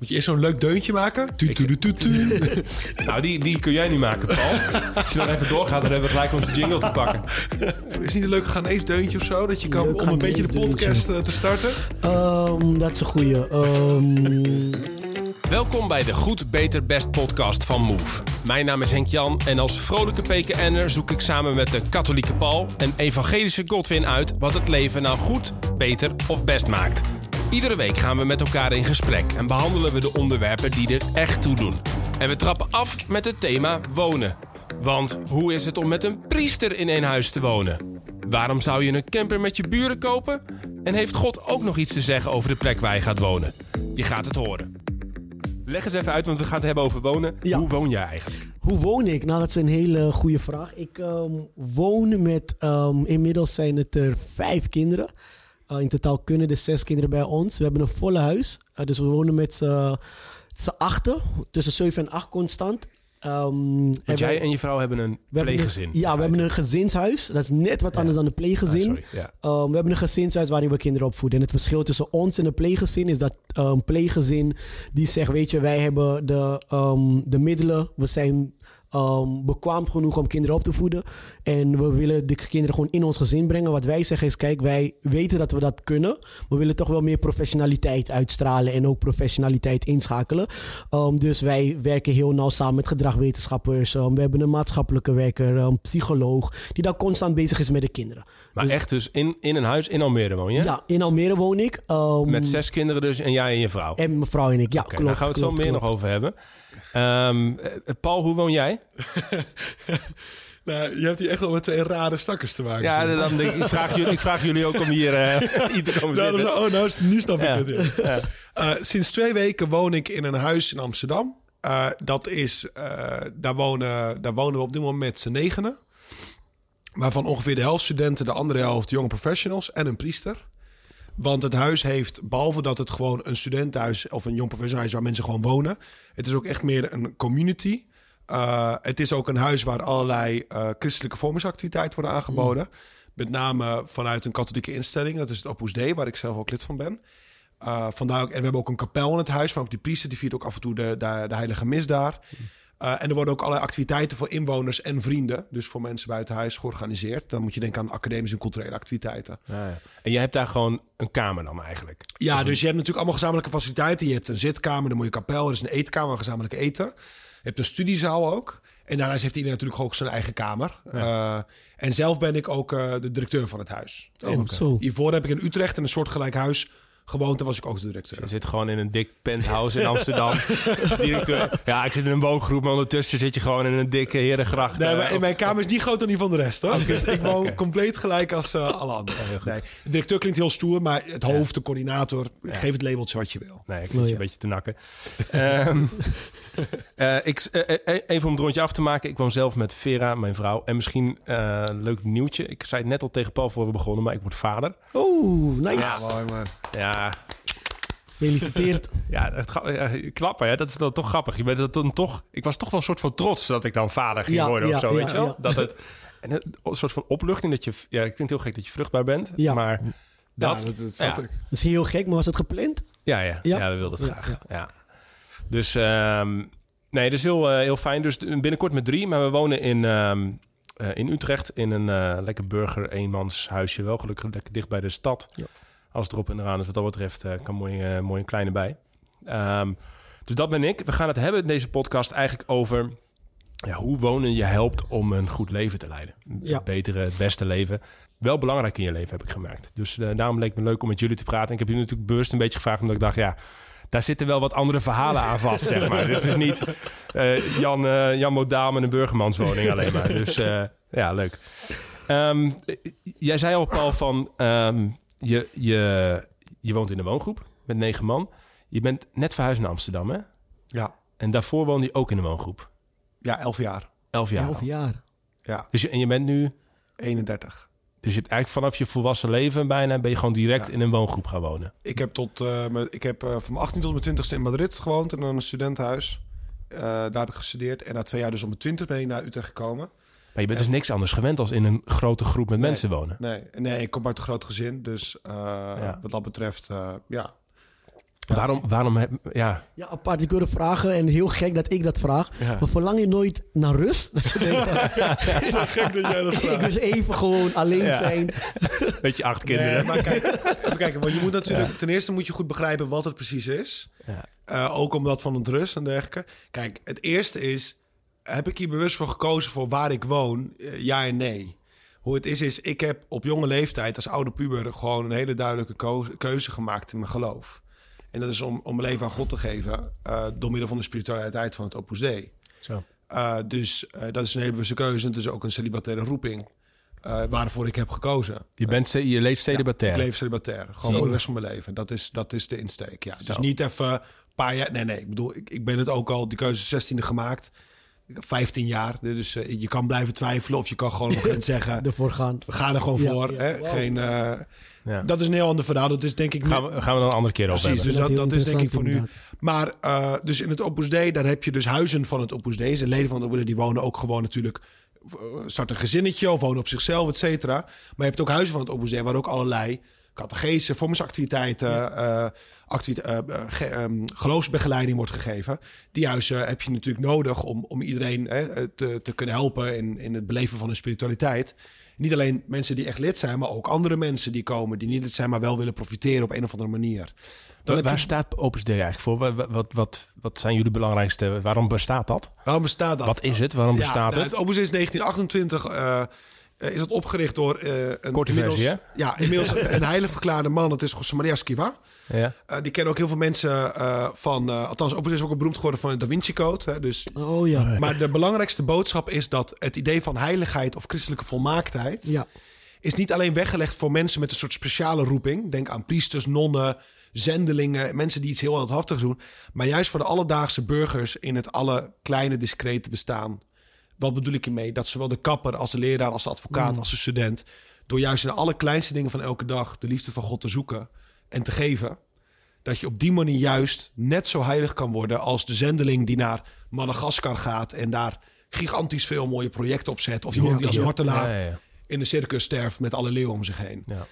Moet je eerst zo'n leuk deuntje maken? Nou, die kun jij niet maken, Paul. Als je nog even doorgaat, dan hebben we gelijk onze jingle te pakken. Is niet een leuk Ghanese deuntje of zo? Dat je kan om een beetje de podcast te starten? Dat is een goeie. Welkom bij de Goed, Beter, Best podcast van Move. Mijn naam is Henk Jan en als vrolijke PKN'er zoek ik samen met de katholieke Paul en evangelische Godwin uit wat het leven nou goed, beter of best maakt. Iedere week gaan we met elkaar in gesprek en behandelen we de onderwerpen die er echt toe doen. En we trappen af met het thema wonen. Want hoe is het om met een priester in één huis te wonen? Waarom zou je een camper met je buren kopen? En heeft God ook nog iets te zeggen over de plek waar je gaat wonen? Je gaat het horen. Leg eens even uit, want we gaan het hebben over wonen. Ja. Hoe woon jij eigenlijk? Hoe woon ik? Nou, dat is een hele goede vraag. Ik woon met, inmiddels zijn het er 5 kinderen. In totaal kunnen er 6 kinderen bij ons. We hebben een volle huis. Dus we wonen met z'n 8, tussen 7 en 8 constant. Want jij en je vrouw hebben een pleeggezin. We hebben een gezinshuis. Dat is net wat anders dan een pleeggezin. We hebben een gezinshuis waarin we kinderen opvoeden. En het verschil tussen ons en een pleeggezin is dat een pleeggezin die zegt, weet je, wij hebben de middelen. We zijn bekwaam genoeg om kinderen op te voeden. En we willen de kinderen gewoon in ons gezin brengen. Wat wij zeggen is, kijk, wij weten dat we dat kunnen. We willen toch wel meer professionaliteit uitstralen en ook professionaliteit inschakelen. Dus wij werken heel nauw samen met gedragwetenschappers. We hebben een maatschappelijke werker, een psycholoog, die daar constant bezig is met de kinderen. Maar dus, echt dus in een huis in Almere woon je? Ja, in Almere woon ik. Met 6 kinderen dus en jij en je vrouw? En mijn vrouw en ik, ja, klopt. Daar gaan we het zo meer nog over hebben. Paul, hoe woon jij? Nou, je hebt hier echt wel met 2 rare stakkers te maken. Ja, dan denk ik vraag jullie ook om hier te komen zitten. Nu snap ik het. Ja. Sinds 2 weken woon ik in een huis in Amsterdam. Daar wonen we op dit moment met z'n 9. Waarvan ongeveer de helft studenten, de andere helft jonge professionals en een priester. Want het huis heeft, behalve dat het gewoon een studentenhuis of een jong professionalhuis waar mensen gewoon wonen. Het is ook echt meer een community. Het is ook een huis waar allerlei christelijke vormingsactiviteiten worden aangeboden. Met name vanuit een katholieke instelling. Dat is het Opus Dei, waar ik zelf ook lid van ben. Vandaar ook, en we hebben ook een kapel in het huis. Van ook die priester die viert ook af en toe de heilige mis daar. En er worden ook allerlei activiteiten voor inwoners en vrienden. Dus voor mensen buiten huis georganiseerd. Dan moet je denken aan academische en culturele activiteiten. Ja. En jij hebt daar gewoon een kamer dan eigenlijk? Ja, dus je hebt natuurlijk allemaal gezamenlijke faciliteiten. Je hebt een zitkamer, dan moet je kapel. Er is een eetkamer, gezamenlijk eten. Je hebt een studiezaal ook. En daarnaast heeft iedereen natuurlijk ook zijn eigen kamer. Ja. En zelf ben ik ook de directeur van het huis. Hiervoor heb ik in Utrecht in een soortgelijk huis gewoond. Daar was ik ook de directeur. Je zit gewoon in een dik penthouse in Amsterdam. Directeur. Ja, ik zit in een woongroep, maar ondertussen zit je gewoon in een dikke herengracht. Nee, maar mijn kamer is niet groter dan die van de rest, hoor. Dus ik woon compleet gelijk als alle anderen. Nee, de directeur klinkt heel stoer, maar het hoofd, de coördinator, geef het labeltje wat je wil. Nee, ik zit je een beetje te nakken. Even om het rondje af te maken. Ik woon zelf met Vera, mijn vrouw. En misschien een leuk nieuwtje. Ik zei het net al tegen Paul voor we begonnen, maar ik word vader. Oeh, nice. Ja, mooi man. Ja. Gefeliciteerd. Ja, klappen, hè? Dat is dan toch grappig. Je bent dan toch. Ik was toch wel een soort van trots dat ik dan vader ging worden of zo, weet je wel? Ja. Dat het en een soort van opluchting dat je. Ja, ik vind het heel gek dat je vruchtbaar bent, maar dat snap ik. Dat is heel gek, maar was het gepland? Ja, we wilden het graag. Ja. Dus nee, dat is heel fijn. Dus binnenkort met 3, maar we wonen in Utrecht in een lekker burger eenmanshuisje. Wel gelukkig lekker dicht bij de stad. Ja. Alles erop en eraan. Dus wat dat betreft kan mooi een kleine bij. Dus dat ben ik. We gaan het hebben in deze podcast eigenlijk over hoe wonen je helpt om een goed leven te leiden. Het betere, het beste leven. Wel belangrijk in je leven, heb ik gemerkt. Dus daarom leek het me leuk om met jullie te praten. En ik heb jullie natuurlijk bewust een beetje gevraagd, omdat ik dacht, daar zitten wel wat andere verhalen aan vast, zeg maar. Dit is niet Jan Modaal met een burgermanswoning alleen maar. Dus leuk. Jij zei al, Paul, van je woont in een woongroep met 9 man. Je bent net verhuisd naar Amsterdam, hè? Ja. En daarvoor woonde je ook in een woongroep? Ja, 11 jaar. 11 jaar. Ja. Dus en je bent nu? 31. Dus je hebt eigenlijk vanaf je volwassen leven bijna ben je gewoon direct in een woongroep gaan wonen. Ik heb van mijn 18 tot mijn 20ste in Madrid gewoond in een studentenhuis. Daar heb ik gestudeerd. En na 2 jaar dus op mijn 20 ben ik naar Utrecht gekomen. Maar je bent dus niks anders gewend als in een grote groep met mensen wonen. Nee, ik kom uit een groot gezin. Dus wat dat betreft, Waarom Ja, apart. Ik wilde vragen en heel gek dat ik dat vraag. Ja. Maar verlang je nooit naar rust? Dat je denkt het is wel gek dat jij dat vraagt. Ik wil even gewoon alleen zijn. Beetje 8 kinderen. Nee, maar kijk, even kijken. Want je moet natuurlijk... Ten eerste moet je goed begrijpen wat het precies is. Ja. Ook omdat van het rust en dergelijke. Kijk, het eerste is... Heb ik hier bewust voor gekozen voor waar ik woon? Ja en nee. Hoe het is, ik heb op jonge leeftijd als oude puber gewoon een hele duidelijke keuze gemaakt in mijn geloof. En dat is om mijn leven aan God te geven door middel van de spiritualiteit van het Opus Dei. Zo. Dus dat is een hele bewuste keuze. Het is ook een celibataire roeping waarvoor ik heb gekozen. Je leeft celibatair? Ja, ik leef celibatair. Gewoon voor de rest van mijn leven. Dat is de insteek, ja. Dus niet even een paar jaar... Nee, ik bedoel, ik ben het ook al, die keuze 16e gemaakt... 15 jaar, dus je kan blijven twijfelen of je kan gewoon op een zeggen... ervoor gaan. We gaan er gewoon voor. Hè? Wow. Geen, dat is een heel ander verhaal. Dat is denk ik... Gaan we dan een andere keer over hebben. Precies, dus dat is denk ik voor nu. Maar dus in het Opus Dei, daar heb je dus huizen van het Opus Dei. En leden van het Opus Dei, die wonen ook gewoon natuurlijk... start een gezinnetje of wonen op zichzelf, et cetera. Maar je hebt ook huizen van het Opus Dei... waar ook allerlei catechese, vormingsactiviteiten... geloofsbegeleiding wordt gegeven. Die huizen heb je natuurlijk nodig om iedereen te kunnen helpen in het beleven van hun spiritualiteit. Niet alleen mensen die echt lid zijn, maar ook andere mensen die komen, die niet lid zijn, maar wel willen profiteren op een of andere manier. Waar staat Opus Dei eigenlijk voor? Wat zijn jullie belangrijkste... Waarom bestaat dat? Waarom bestaat dat? Wat is het? Waarom bestaat het? Het Opus Dei is 1928... is dat opgericht door een... Korte versie, hè? Ja, inmiddels een heilig verklaarde man. Dat is José Maria Escrivá. Ja. Die kennen ook heel veel mensen van... althans, Opus Dei is ook beroemd geworden van de Da Vinci Code. Hè, dus, maar de belangrijkste boodschap is dat het idee van heiligheid... of christelijke volmaaktheid... is niet alleen weggelegd voor mensen met een soort speciale roeping. Denk aan priesters, nonnen, zendelingen... mensen die iets heel heldhaftigs doen. Maar juist voor de alledaagse burgers... in het alle kleine, discrete bestaan... Wat bedoel ik ermee? Dat zowel de kapper als de leraar, als de advocaat, als de student... door juist in de allerkleinste dingen van elke dag... de liefde van God te zoeken en te geven... dat je op die manier juist net zo heilig kan worden... als de zendeling die naar Madagaskar gaat... en daar gigantisch veel mooie projecten opzet. Of iemand die als martelaar in de circus sterft... met alle leeuwen om zich heen. Ja.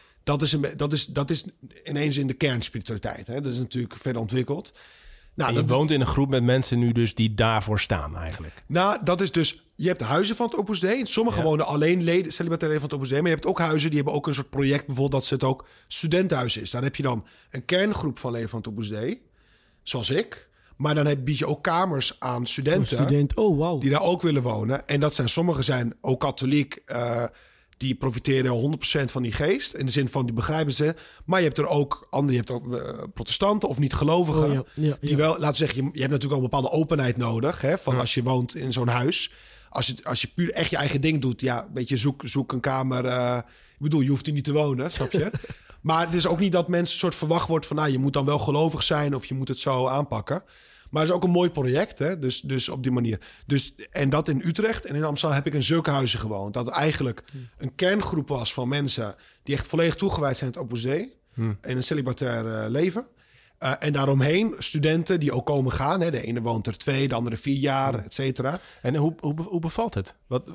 Dat is in één zin de kernspiritualiteit. Hè? Dat is natuurlijk verder ontwikkeld... Nou, je woont in een groep met mensen nu dus die daarvoor staan eigenlijk. Nou, dat is dus... Je hebt de huizen van het Opus Dei. Sommigen wonen alleen celibatair van het Opus Dei. Maar je hebt ook huizen die hebben ook een soort project... bijvoorbeeld dat het ook studentenhuis is. Dan heb je dan een kerngroep van leden van het Opus Dei. Zoals ik. Maar dan bied je ook kamers aan studenten... die daar ook willen wonen. En dat zijn sommigen zijn ook katholiek... die profiteren 100% van die geest. In de zin van, die begrijpen ze. Maar je hebt er ook andere, je hebt ook protestanten of niet-gelovigen. Die wel, laten we zeggen, je hebt natuurlijk al een bepaalde openheid nodig. Hè, van als je woont in zo'n huis. Als je puur echt je eigen ding doet. Ja, weet je, zoek een kamer. Ik bedoel, je hoeft hier niet te wonen, snap je? Maar het is ook niet dat mensen soort verwacht wordt van... nou, je moet dan wel gelovig zijn of je moet het zo aanpakken. Maar het is ook een mooi project, hè? Dus op die manier. En dat in Utrecht en in Amsterdam heb ik in zulke huizen gewoond. Dat het eigenlijk een kerngroep was van mensen... die echt volledig toegewijd zijn aan het Opus Dei... in een celibatair leven. En daaromheen studenten die ook komen gaan. Hè? De ene woont er 2, de andere 4 jaar, et cetera. En hoe bevalt het?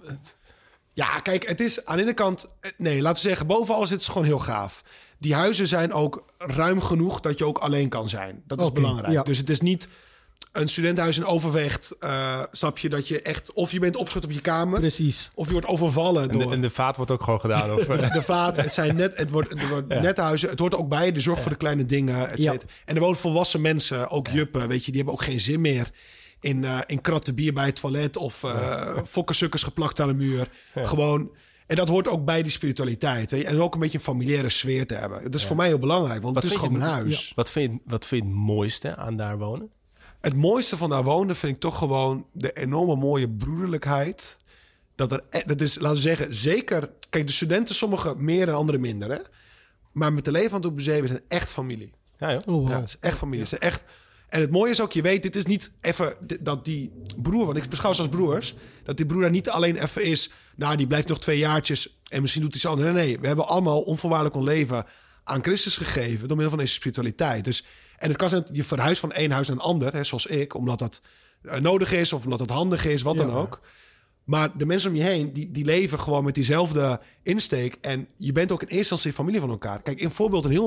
Ja, kijk, het is aan de ene kant... Nee, laten we zeggen, boven alles is het gewoon heel gaaf. Die huizen zijn ook ruim genoeg dat je ook alleen kan zijn. Dat is belangrijk. Ja. Dus het is niet... Een studentenhuis in Overvecht, snap je dat je echt... of je bent opgesloten op je kamer... Precies. Of je wordt overvallen door... En de vaat wordt ook gewoon gedaan? Of? De vaat, het wordt net huizen. Het hoort ook bij, de zorg voor de kleine dingen, et cetera. En er wonen volwassen mensen, ook juppen, weet je... die hebben ook geen zin meer in kratten bier bij het toilet... of fokkensukkers geplakt aan de muur. Ja. Gewoon... En dat hoort ook bij die spiritualiteit. Weet je? En ook een beetje een familiaire sfeer te hebben. Dat is voor mij heel belangrijk, want het is gewoon mijn huis. Ja. Wat vind je het mooiste aan daar wonen? Het mooiste van daar wonen vind ik toch gewoon de enorme mooie broederlijkheid. Dat is, laten we zeggen, zeker... Kijk, de studenten, sommigen meer en anderen minder. Hè? Maar met de leven van het Opus Dei, we zijn echt familie. Ja, joh. Oh, wow. Ja, het is echt familie. Het is echt... En het mooie is ook, je weet, dit is niet even dat die broer... want ik beschouw ze als broers... dat die broer daar niet alleen even is... nou, die blijft nog 2 jaartjes en misschien doet iets anders. Nee, we hebben allemaal onvoorwaardelijk ons leven aan Christus gegeven... door middel van deze spiritualiteit. Dus, en het kan zijn dat je verhuist van één huis naar een ander... Hè, zoals ik, omdat dat nodig is of omdat het handig is, wat dan ook. Maar de mensen om je heen, die leven gewoon met diezelfde insteek... en je bent ook in eerste instantie familie van elkaar. Kijk, een voorbeeld, een heel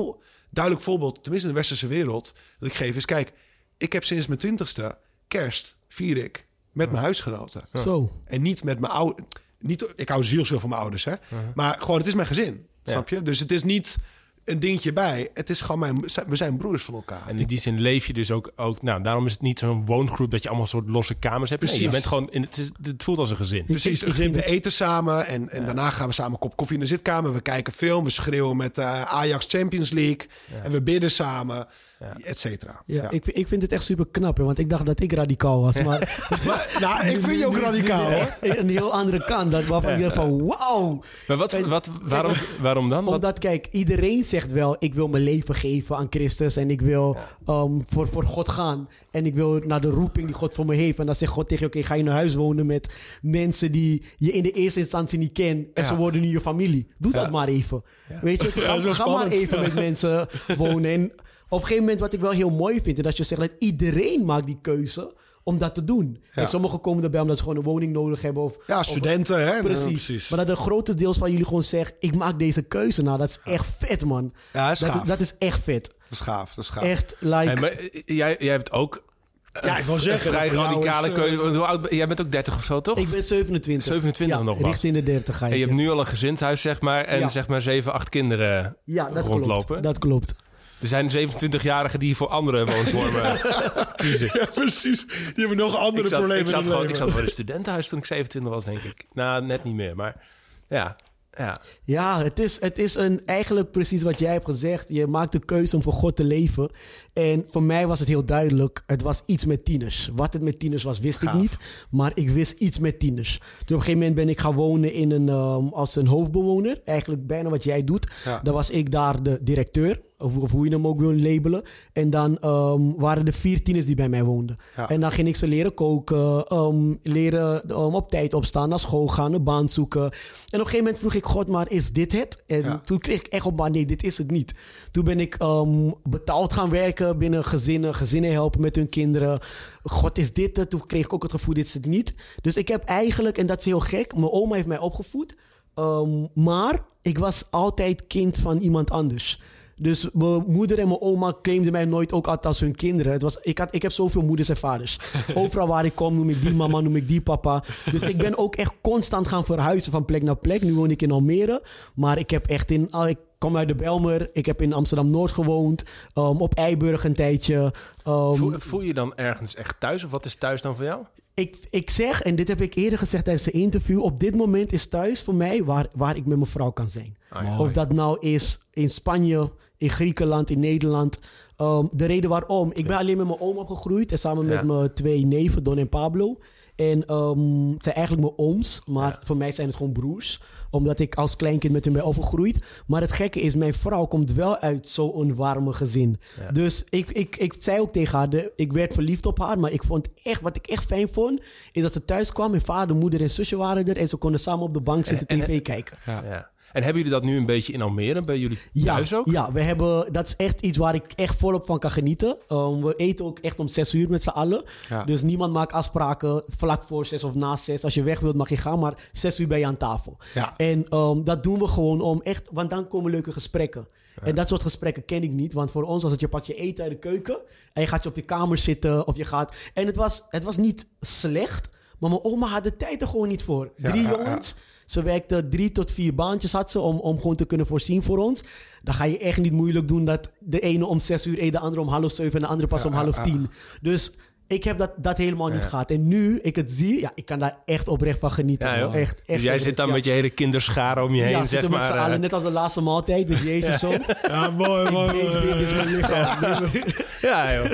duidelijk voorbeeld, tenminste in de westerse wereld, dat ik geef is, kijk, ik heb sinds mijn 20ste kerst vier ik met mijn huisgenoten. Zo. En niet met mijn ouders. Ik hou zielsveel van mijn ouders, hè. Maar gewoon, het is mijn gezin. Snap je? Dus het is niet een dingetje bij. Het is gewoon we zijn broers van elkaar. En in die zin leef je dus ook nou, daarom is het niet zo'n woongroep dat je allemaal soort losse kamers hebt. Precies. Nee, je bent gewoon het voelt als een gezin. Precies, we eten samen en daarna gaan we samen een kop koffie in de zitkamer. We kijken film, we schreeuwen met Ajax Champions League. En we bidden samen, et cetera. Ja. Ik vind het echt super knap, hè, want ik dacht dat ik radicaal was. Maar, nou, ik vind je ook radicaal, hoor. Een heel andere kant, waarvan ik dacht van wauw. Maar waarom dan? Omdat, kijk, iedereen zegt wel, ik wil mijn leven geven aan Christus en ik wil voor God gaan. En ik wil naar de roeping die God voor me heeft. En dan zegt God tegen je, oké, ga je naar huis wonen met mensen die je in de eerste instantie niet kent. En ze worden nu je familie. Doe dat maar even. Ja. Weet je, ga maar even met mensen wonen. En op een gegeven moment, wat ik wel heel mooi vind, is dat je zegt dat iedereen maakt die keuze om dat te doen. Kijk, sommigen komen erbij omdat ze gewoon een woning nodig hebben. Of studenten. Hè? Precies. Maar dat de grote deels van jullie gewoon zegt, ik maak deze keuze. Nou, dat is echt vet, man. Ja, dat is echt vet. Dat is gaaf. Echt, like... maar jij hebt ook... ik wil zeggen, vrij radicale keuze. Jij bent ook 30 of zo, toch? Ik ben 27. 27 nog pas. Richting de 30 ga je. En je hebt nu al een gezinshuis, zeg maar. En zeg maar 7, 8 kinderen rondlopen. Dat klopt. Er zijn 27-jarigen die voor andere woonvormen kiezen. Ja, precies. Die hebben nog andere problemen. Ik zat voor een studentenhuis toen ik 27 was, denk ik. Nou, net niet meer, maar ja. Ja, het is eigenlijk precies wat jij hebt gezegd. Je maakt de keuze om voor God te leven. En voor mij was het heel duidelijk. Het was iets met tieners. Wat het met tieners was, wist ik niet. Maar ik wist iets met tieners. Toen op een gegeven moment ben ik gaan wonen als een hoofdbewoner. Eigenlijk bijna wat jij doet. Ja. Dan was ik daar de directeur. Of hoe je hem ook wil labelen. En dan waren er 4 tieners die bij mij woonden. Ja. En dan ging ik ze leren koken. Leren op tijd opstaan. Naar school gaan. Een baan zoeken. En op een gegeven moment vroeg ik God, maar is dit het? En toen kreeg ik echt op, maar nee, dit is het niet. Toen ben ik betaald gaan werken binnen gezinnen helpen met hun kinderen. God, is dit het? Toen kreeg ik ook het gevoel, dit is het niet. Dus ik heb eigenlijk, en dat is heel gek, mijn oma heeft mij opgevoed. Maar ik was altijd kind van iemand anders. Dus mijn moeder en mijn oma claimden mij nooit ook altijd als hun kinderen. Ik heb zoveel moeders en vaders. Overal waar ik kom noem ik die mama, noem ik die papa. Dus ik ben ook echt constant gaan verhuizen van plek naar plek. Nu woon ik in Almere. Maar ik heb echt ik kom uit de Bijlmer. Ik heb in Amsterdam-Noord gewoond. Op Eiburg een tijdje. Voel je dan ergens echt thuis? Of wat is thuis dan voor jou? Ik zeg, en dit heb ik eerder gezegd tijdens de interview. Op dit moment is thuis voor mij waar ik met mijn vrouw kan zijn. Of dat nou is in Spanje, in Griekenland, in Nederland. De reden waarom. Ik ben alleen met mijn oom opgegroeid. En samen met mijn 2 neven, Don en Pablo. En het zijn eigenlijk mijn ooms. Maar voor mij zijn het gewoon broers. Omdat ik als kleinkind met hen ben opgegroeid. Maar het gekke is, mijn vrouw komt wel uit zo'n warme gezin. Ja. Dus ik zei ook tegen haar, ik werd verliefd op haar. Maar ik vond echt, wat ik echt fijn vond, is dat ze thuis kwam. Mijn vader, moeder en zusje waren er. En ze konden samen op de bank zitten tv kijken. Ja. En hebben jullie dat nu een beetje in Almere, bij jullie thuis ook? Ja, dat is echt iets waar ik echt volop van kan genieten. We eten ook echt om 6 uur met z'n allen. Ja. Dus niemand maakt afspraken vlak voor 6 of na 6. Als je weg wilt mag je gaan, maar 6 uur ben je aan tafel. Ja. En dat doen we gewoon want dan komen leuke gesprekken. Ja. En dat soort gesprekken ken ik niet. Want voor ons was het, je pakt je eten uit de keuken en je gaat je op je kamer zitten of je gaat... En het was niet slecht, maar mijn oma had de tijd er gewoon niet voor. 3 jongens... Ja. Ze werkte 3 tot 4 baantjes had ze om gewoon te kunnen voorzien voor ons. Dan ga je echt niet moeilijk doen dat de ene om 6 uur eet, de andere om 6:30 en de andere pas om 9:30. Dus ik heb dat helemaal niet gehad. En nu ik het zie, ik kan daar echt oprecht van genieten. Ja, echt dus jij zit dan met je hele kinderschare om je heen, zeg maar. Ja, zitten met z'n allen, net als de laatste maaltijd met Jezus zo. Ja, mooi. Dit is mijn lichaam. Ja, joh.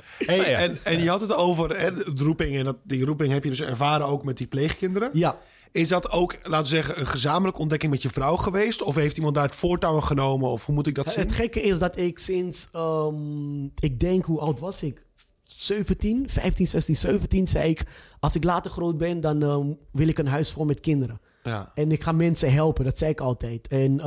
Hey, en je had het over de roeping. En die roeping heb je dus ervaren ook met die pleegkinderen. Ja. Is dat ook, laten we zeggen, een gezamenlijke ontdekking met je vrouw geweest? Of heeft iemand daar het voortouw genomen? Of hoe moet ik dat zien? Het gekke is dat ik sinds, ik denk, hoe oud was ik? 15, 16, 17 zei ik... als ik later groot ben, dan wil ik een huis vol met kinderen. Ja. En ik ga mensen helpen, dat zei ik altijd. En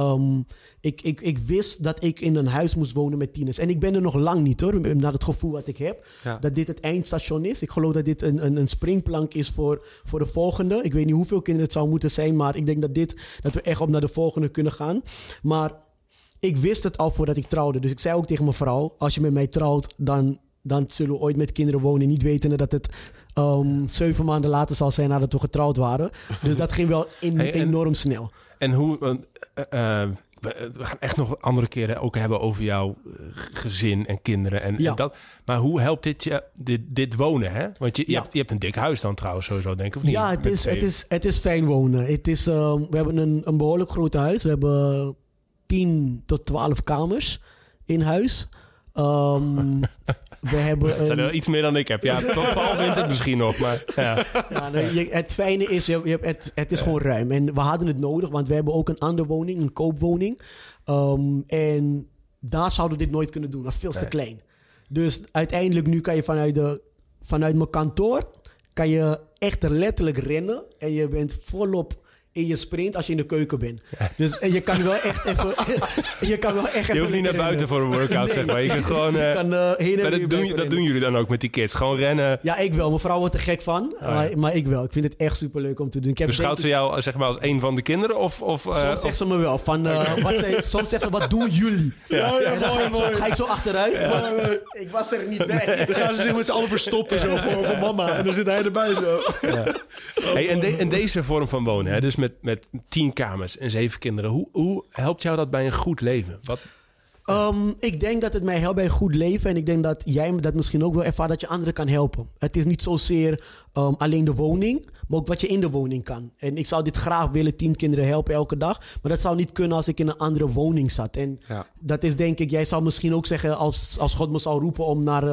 ik wist dat ik in een huis moest wonen met tieners. En ik ben er nog lang niet hoor, naar het gevoel wat ik heb. Ja. Dat dit het eindstation is. Ik geloof dat dit een springplank is voor de volgende. Ik weet niet hoeveel kinderen het zou moeten zijn, maar ik denk dat we echt op naar de volgende kunnen gaan. Maar ik wist het al voordat ik trouwde. Dus ik zei ook tegen mijn vrouw, als je met mij trouwt, dan zullen we ooit met kinderen wonen. Niet wetende dat het 7 maanden later zal zijn nadat we getrouwd waren. Dus dat ging wel enorm snel. En hoe... we gaan echt nog andere keren ook hebben over jouw gezin en kinderen. En dat. Maar hoe helpt dit wonen? Hè? Want je hebt een dik huis dan trouwens sowieso, denk ik. Of niet? Ja, het is fijn wonen. We hebben een behoorlijk groot huis. We hebben 10 tot 12 kamers in huis. We hebben het zijn er iets meer dan ik heb. Ja, tot 12 wint het misschien nog. Maar, ja. Het fijne is, het is gewoon ruim. En we hadden het nodig, want we hebben ook een andere woning, een koopwoning. En daar zouden we dit nooit kunnen doen. Dat is veel te klein. Dus uiteindelijk nu kan je vanuit mijn kantoor kan je echt letterlijk rennen. En je bent volop in je sprint als je in de keuken bent. Dus en je kan wel echt even... Je hoeft niet naar buiten voor een workout, zeg maar. Je kan gewoon... dat doen jullie dan ook met die kids? Gewoon rennen? Ja, ik wel. Mijn vrouw wordt er gek van. Maar ik wel. Ik vind het echt superleuk om te doen. Beschouwt ze jou zeg maar als een van de kinderen? Soms zegt ze me wel. Soms zegt ze, wat doen jullie? En dan ga ik zo achteruit. Maar ik was er niet bij. Dan gaan ze zich met z'n allen verstoppen zo, voor mama. En dan zit hij erbij zo. Ja. Hey, en deze vorm van wonen, hè? Dus met 10 kamers en 7 kinderen. Hoe helpt jou dat bij een goed leven? Ik denk dat het mij helpt bij een goed leven. En ik denk dat jij dat misschien ook wel ervaart, dat je anderen kan helpen. Het is niet zozeer alleen de woning, maar ook wat je in de woning kan. En ik zou dit graag willen, 10 kinderen helpen elke dag. Maar dat zou niet kunnen als ik in een andere woning zat. En dat is denk ik, jij zou misschien ook zeggen, als God me zou roepen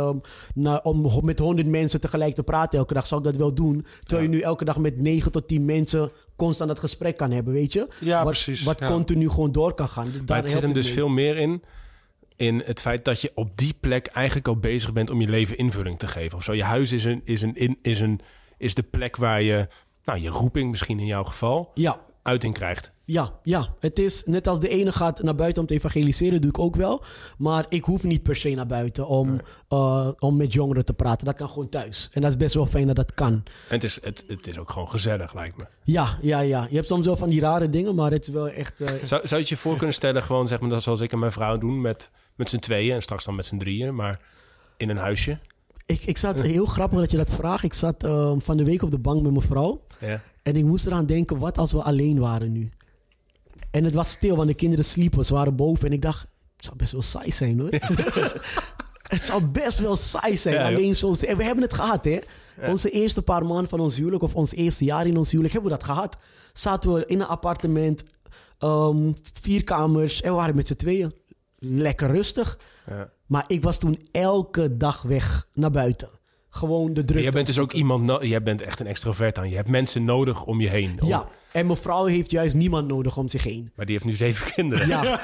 om met 100 mensen tegelijk te praten elke dag, zou ik dat wel doen. Terwijl je nu elke dag met 9 tot 10 mensen constant dat gesprek kan hebben, weet je? Ja, precies. Wat continu gewoon door kan gaan. Maar het zit hem dus veel meer in het feit dat je op die plek eigenlijk al bezig bent om je leven invulling te geven. Of zo. Je huis is de plek waar je, je roeping misschien in jouw geval, uiting krijgt. Ja, het is net als de ene gaat naar buiten om te evangeliseren, doe ik ook wel. Maar ik hoef niet per se naar buiten om met jongeren te praten. Dat kan gewoon thuis. En dat is best wel fijn dat dat kan. En het is ook gewoon gezellig, lijkt me. Ja. Je hebt soms wel van die rare dingen, maar het is wel echt... Zou je je voor kunnen stellen, gewoon zeg maar, dat zoals ik en mijn vrouw doen, met z'n tweeën en straks dan met z'n drieën, maar in een huisje? Ik zat, heel grappig dat je dat vraagt. Ik zat van de week op de bank met mijn vrouw. Ja. En ik moest eraan denken, wat als we alleen waren nu? En het was stil, want de kinderen sliepen. Ze waren boven. En ik dacht, het zou best wel saai zijn, hoor. Het zou best wel saai zijn. Alleen zo. En we hebben het gehad, hè. Ja. Onze eerste paar maanden van ons huwelijk, of ons eerste jaar in ons huwelijk, hebben we dat gehad. Zaten we in een appartement, 4 kamers, en we waren met z'n tweeën. Lekker rustig. Ja. Maar ik was toen elke dag weg naar buiten. Gewoon de druk. Jij bent dus ook jij bent echt een extrovert aan. Je hebt mensen nodig om je heen. Ja, en mijn vrouw heeft juist niemand nodig om zich heen. Maar die heeft nu 7 kinderen. Ja,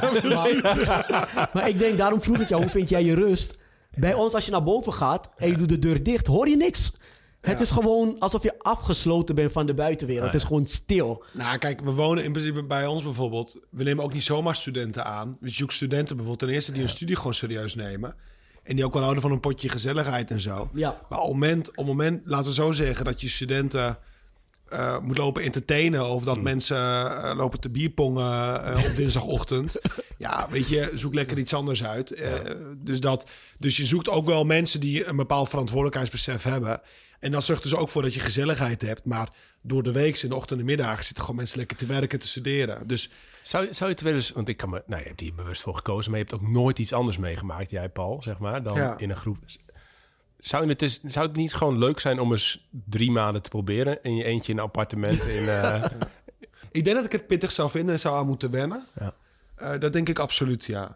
maar ik denk, daarom vroeg ik jou, hoe vind jij je rust? Bij ons, als je naar boven gaat en je doet de deur dicht, hoor je niks. Het is gewoon alsof je afgesloten bent van de buitenwereld. Het is gewoon stil. Nou, kijk, we wonen in principe bij ons bijvoorbeeld. We nemen ook niet zomaar studenten aan. Dus je zoekt studenten bijvoorbeeld ten eerste die hun studie gewoon serieus nemen. En die ook wel houden van een potje gezelligheid en zo. Ja. Maar op het moment, laten we zo zeggen, dat je studenten moet lopen entertainen, of dat mensen lopen te bierpongen op dinsdagochtend. Ja, weet je, zoek lekker iets anders uit. Dus je zoekt ook wel mensen die een bepaald verantwoordelijkheidsbesef hebben. En dat zorgt dus ook voor dat je gezelligheid hebt. Maar door de week, in de ochtend en de middag, zitten gewoon mensen lekker te werken, te studeren. Dus zou je het wel eens, want je hebt hier bewust voor gekozen, maar je hebt ook nooit iets anders meegemaakt, jij Paul, zeg maar, dan in een groep. Zou het niet gewoon leuk zijn om eens 3 maanden te proberen in je eentje in een appartement? Ik denk dat ik het pittig zou vinden en zou aan moeten wennen. Ja. Dat denk ik absoluut, ja.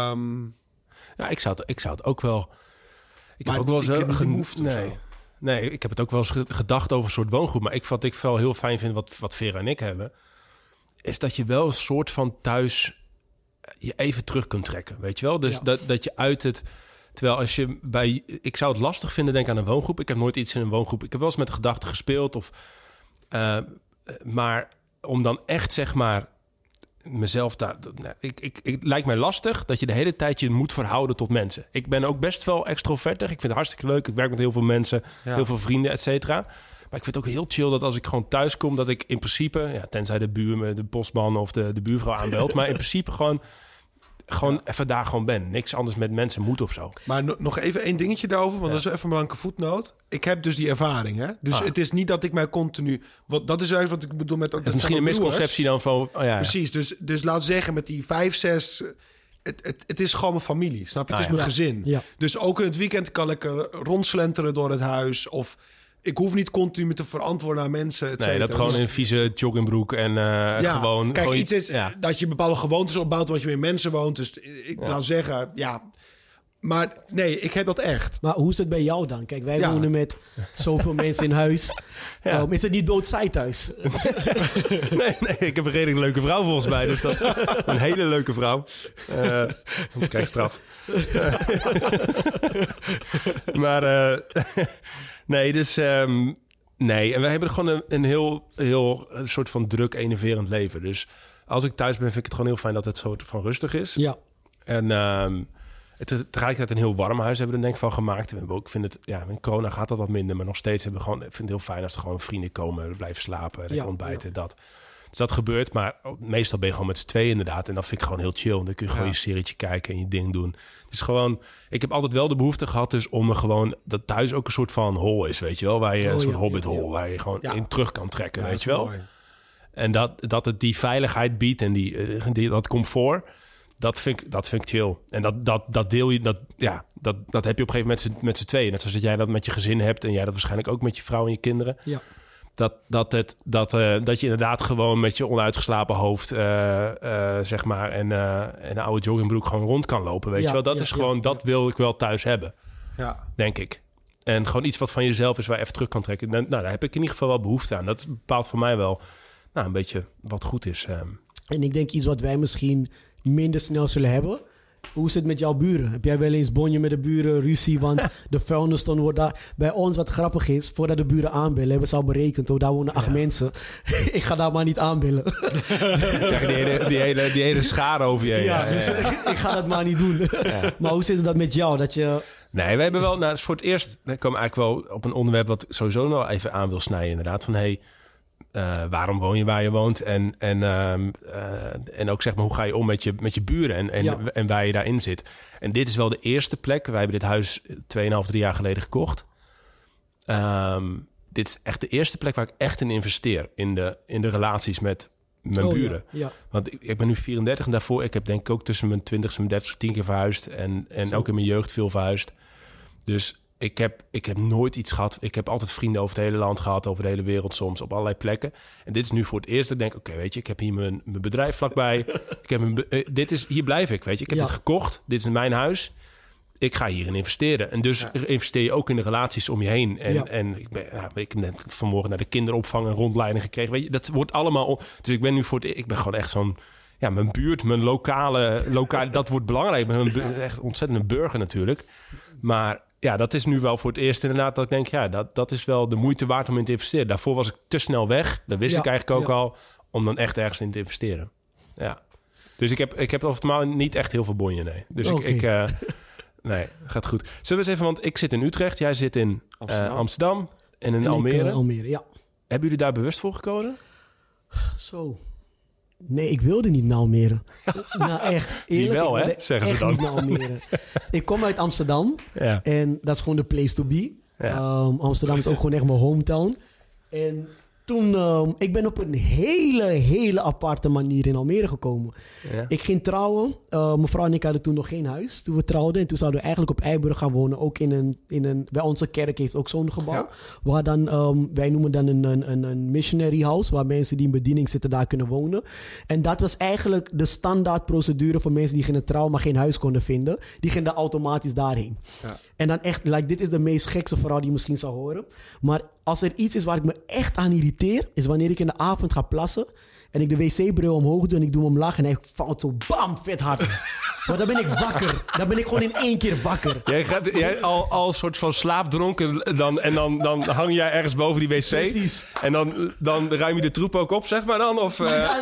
Ik zou het ook wel. Ik heb ook wel eens Nee, ik heb het ook wel eens gedacht over een soort woongroep. Maar wat ik wel heel fijn vind, wat Vera en ik hebben, is dat je wel een soort van thuis je even terug kunt trekken. Weet je wel? Dus dat je uit het. Terwijl als je ik zou het lastig vinden, denk aan een woongroep. Ik heb nooit iets in een woongroep. Ik heb wel eens met de gedachte gespeeld. Maar om dan echt, zeg maar, mezelf daar. Het lijkt mij lastig dat je de hele tijd je moet verhouden tot mensen. Ik ben ook best wel extrovertig. Ik vind het hartstikke leuk. Ik werk met heel veel mensen, heel veel vrienden, et cetera. Maar ik vind het ook heel chill dat als ik gewoon thuis kom, dat ik in principe, tenzij de buur me de postman of de buurvrouw aanbelt, maar in principe gewoon gewoon even daar gewoon ben. Niks anders met mensen moet of zo. Maar nog even één dingetje daarover, want dat is even een belangrijke voetnoot. Ik heb dus die ervaring, hè. Dus het is niet dat ik mij continu... Dat is juist wat ik bedoel met... Het is misschien een misconceptie dan van... Precies, dus laten we zeggen met die 5, 6... Het is gewoon mijn familie, snap je? Het is mijn gezin. Ja. Dus ook in het weekend kan ik rondslenteren door het huis. Of ik hoef niet continu me te verantwoorden aan mensen. Nee, dat gewoon in een vieze joggingbroek en gewoon... Kijk, gewoon iets is dat je bepaalde gewoontes opbouwt, want je met mensen woont. Dus ik wil zeggen, maar nee, ik heb dat echt. Maar hoe is het bij jou dan? Kijk, wij wonen met zoveel mensen in huis. Is het niet doodsaai thuis? Nee, ik heb een redelijk leuke vrouw volgens mij. Dus dat een hele leuke vrouw. Anders krijg ik straf. Maar nee, dus... nee, en wij hebben gewoon een heel een soort van druk, enerverend leven. Dus als ik thuis ben, vind ik het gewoon heel fijn dat het soort van rustig is. Ja. En... Het is tegelijkertijd een heel warm huis hebben we er denk ik van gemaakt. Ik vind het, in corona gaat dat wat minder, maar nog steeds hebben we gewoon. Ik vind het heel fijn als er gewoon vrienden komen, blijven slapen, lekker ontbijten, dat. Dus dat gebeurt, maar meestal ben je gewoon met z'n tweeën inderdaad. En dat vind ik gewoon heel chill. Dan kun je gewoon je serietje kijken en je ding doen. Dus gewoon, ik heb altijd wel de behoefte gehad dus om me gewoon dat thuis ook een soort van hol is, weet je wel, waar je een soort hobbithol, waar je gewoon in terug kan trekken, weet je wel. Mooi. En dat het die veiligheid biedt en dat comfort. Dat vind ik chill. En dat deel je, dat heb je op een gegeven moment met z'n tweeën. Net zoals dat jij dat met je gezin hebt en jij dat waarschijnlijk ook met je vrouw en je kinderen. Ja. Dat je inderdaad gewoon met je onuitgeslapen hoofd, zeg maar, en een oude joggingbroek gewoon rond kan lopen. Weet je wel, dat is gewoon, dat wil ik wel thuis hebben. Ja. Denk ik. En gewoon iets wat van jezelf is waar je even terug kan trekken. Nou, daar heb ik in ieder geval wel behoefte aan. Dat bepaalt voor mij wel een beetje wat goed is. En ik denk iets wat wij misschien minder snel zullen hebben. Hoe is het met jouw buren? Heb jij wel eens bonje met de buren, ruzie, want de vuilniston wordt daar... Bij ons, wat grappig is, voordat de buren aanbellen, hebben ze al berekend, daar wonen 8 mensen. Ik ga daar maar niet aanbellen. Kijk, die hele schare over je heen. Dus ik ga dat maar niet doen. Maar hoe zit dat met jou? Dat je... Nee, wij hebben wel... Nou, dus voor het eerst komen eigenlijk wel op een onderwerp wat ik sowieso nog even aan wil snijden, inderdaad. Van, waarom woon je waar je woont? En ook zeg maar, hoe ga je om met je buren en waar je daarin zit? En dit is wel de eerste plek. Wij hebben dit huis 2,5, 3 jaar geleden gekocht. Dit is echt de eerste plek waar ik echt in investeer. In de relaties met mijn buren. Ja. Want ik ben nu 34 en daarvoor... Ik heb denk ik ook tussen mijn 20ste en mijn 30ste 10 keer verhuisd. En ook in mijn jeugd veel verhuisd. Dus... Ik heb nooit iets gehad. Ik heb altijd vrienden over het hele land gehad, over de hele wereld soms, op allerlei plekken. En dit is nu voor het eerst dat ik denk, oké, weet je, ik heb hier mijn bedrijf vlakbij. Hier blijf ik, weet je. Ik heb dit gekocht, dit is mijn huis. Ik ga hierin investeren. En dus investeer je ook in de relaties om je heen. En ik heb net vanmorgen naar de kinderopvang een rondleiding gekregen. Weet je, dat wordt allemaal... Dus ik ben nu ik ben gewoon echt zo'n... Ja, mijn buurt, mijn lokale dat wordt belangrijk. Ik ben echt ontzettend een burger natuurlijk. Maar... Ja, dat is nu wel voor het eerst inderdaad dat ik denk... dat is wel de moeite waard om in te investeren. Daarvoor was ik te snel weg. Dat wist ik eigenlijk ook al. Om dan echt ergens in te investeren. Ja. Dus ik heb ofwel niet echt heel veel bonje, nee. Dus nee, gaat goed. Zullen we eens even... Want ik zit in Utrecht. Jij zit in Amsterdam. En in Almere. Almere, ja. Hebben jullie daar bewust voor gekozen? Zo... Nee, ik wilde niet naar Almere. Nou, echt. Eerlijk, wel, hè? Zeggen ze dan. Niet naar Almere. Ik kom uit Amsterdam. Ja. En dat is gewoon de place to be. Ja. Amsterdam is ook gewoon echt mijn hometown. En toen... ik ben op een hele aparte manier in Almere gekomen. Ja. Ik ging trouwen. Mijn vrouw en ik hadden toen nog geen huis. Toen we trouwden. En toen zouden we eigenlijk op Eiburg gaan wonen. Ook in een bij onze kerk heeft ook zo'n gebouw. Ja. Waar dan... wij noemen dan een missionary house. Waar mensen die in bediening zitten daar kunnen wonen. En dat was eigenlijk de standaard procedure voor mensen die gingen trouwen, maar geen huis konden vinden. Die gingen automatisch daarheen. Ja. En dan echt... dit is de meest gekste verhaal die je misschien zou horen. Maar... Als er iets is waar ik me echt aan irriteer, is wanneer ik in de avond ga plassen en ik de wc-bril omhoog doe en ik doe hem omlaag en hij valt zo bam, vet hard. Maar dan ben ik wakker. Dan ben ik gewoon in 1 keer wakker. Jij al een soort van slaapdronken en dan hang jij ergens boven die wc. Precies. En dan ruim je de troep ook op, zeg maar dan? Of,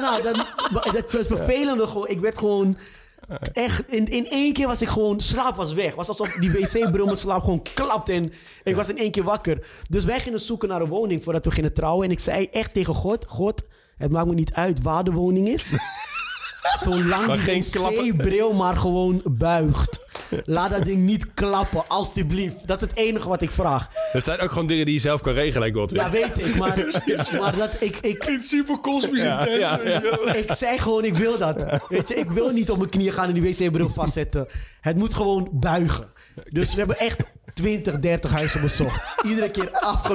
dat was vervelend gewoon. Ik werd gewoon... Echt, in 1 keer was ik gewoon... Slaap was weg. Het was alsof die wc-bril mijn slaap gewoon klapte. En ik was in 1 keer wakker. Dus wij gingen zoeken naar een woning voordat we gingen trouwen. En ik zei echt tegen God... God, het maakt me niet uit waar de woning is. Zolang die wc-bril maar gewoon buigt. Laat dat ding niet klappen, alstublieft. Dat is het enige wat ik vraag. Dat zijn ook gewoon dingen die je zelf kan regelen, Godwin. Ja, weet ik, maar dat ik vind super kosmisch intens. Ja. Ik zei gewoon, ik wil dat. Weet je, ik wil niet op mijn knieën gaan en die wc-bril vastzetten. Het moet gewoon buigen. Dus we hebben echt 20, 30 huizen bezocht. Iedere keer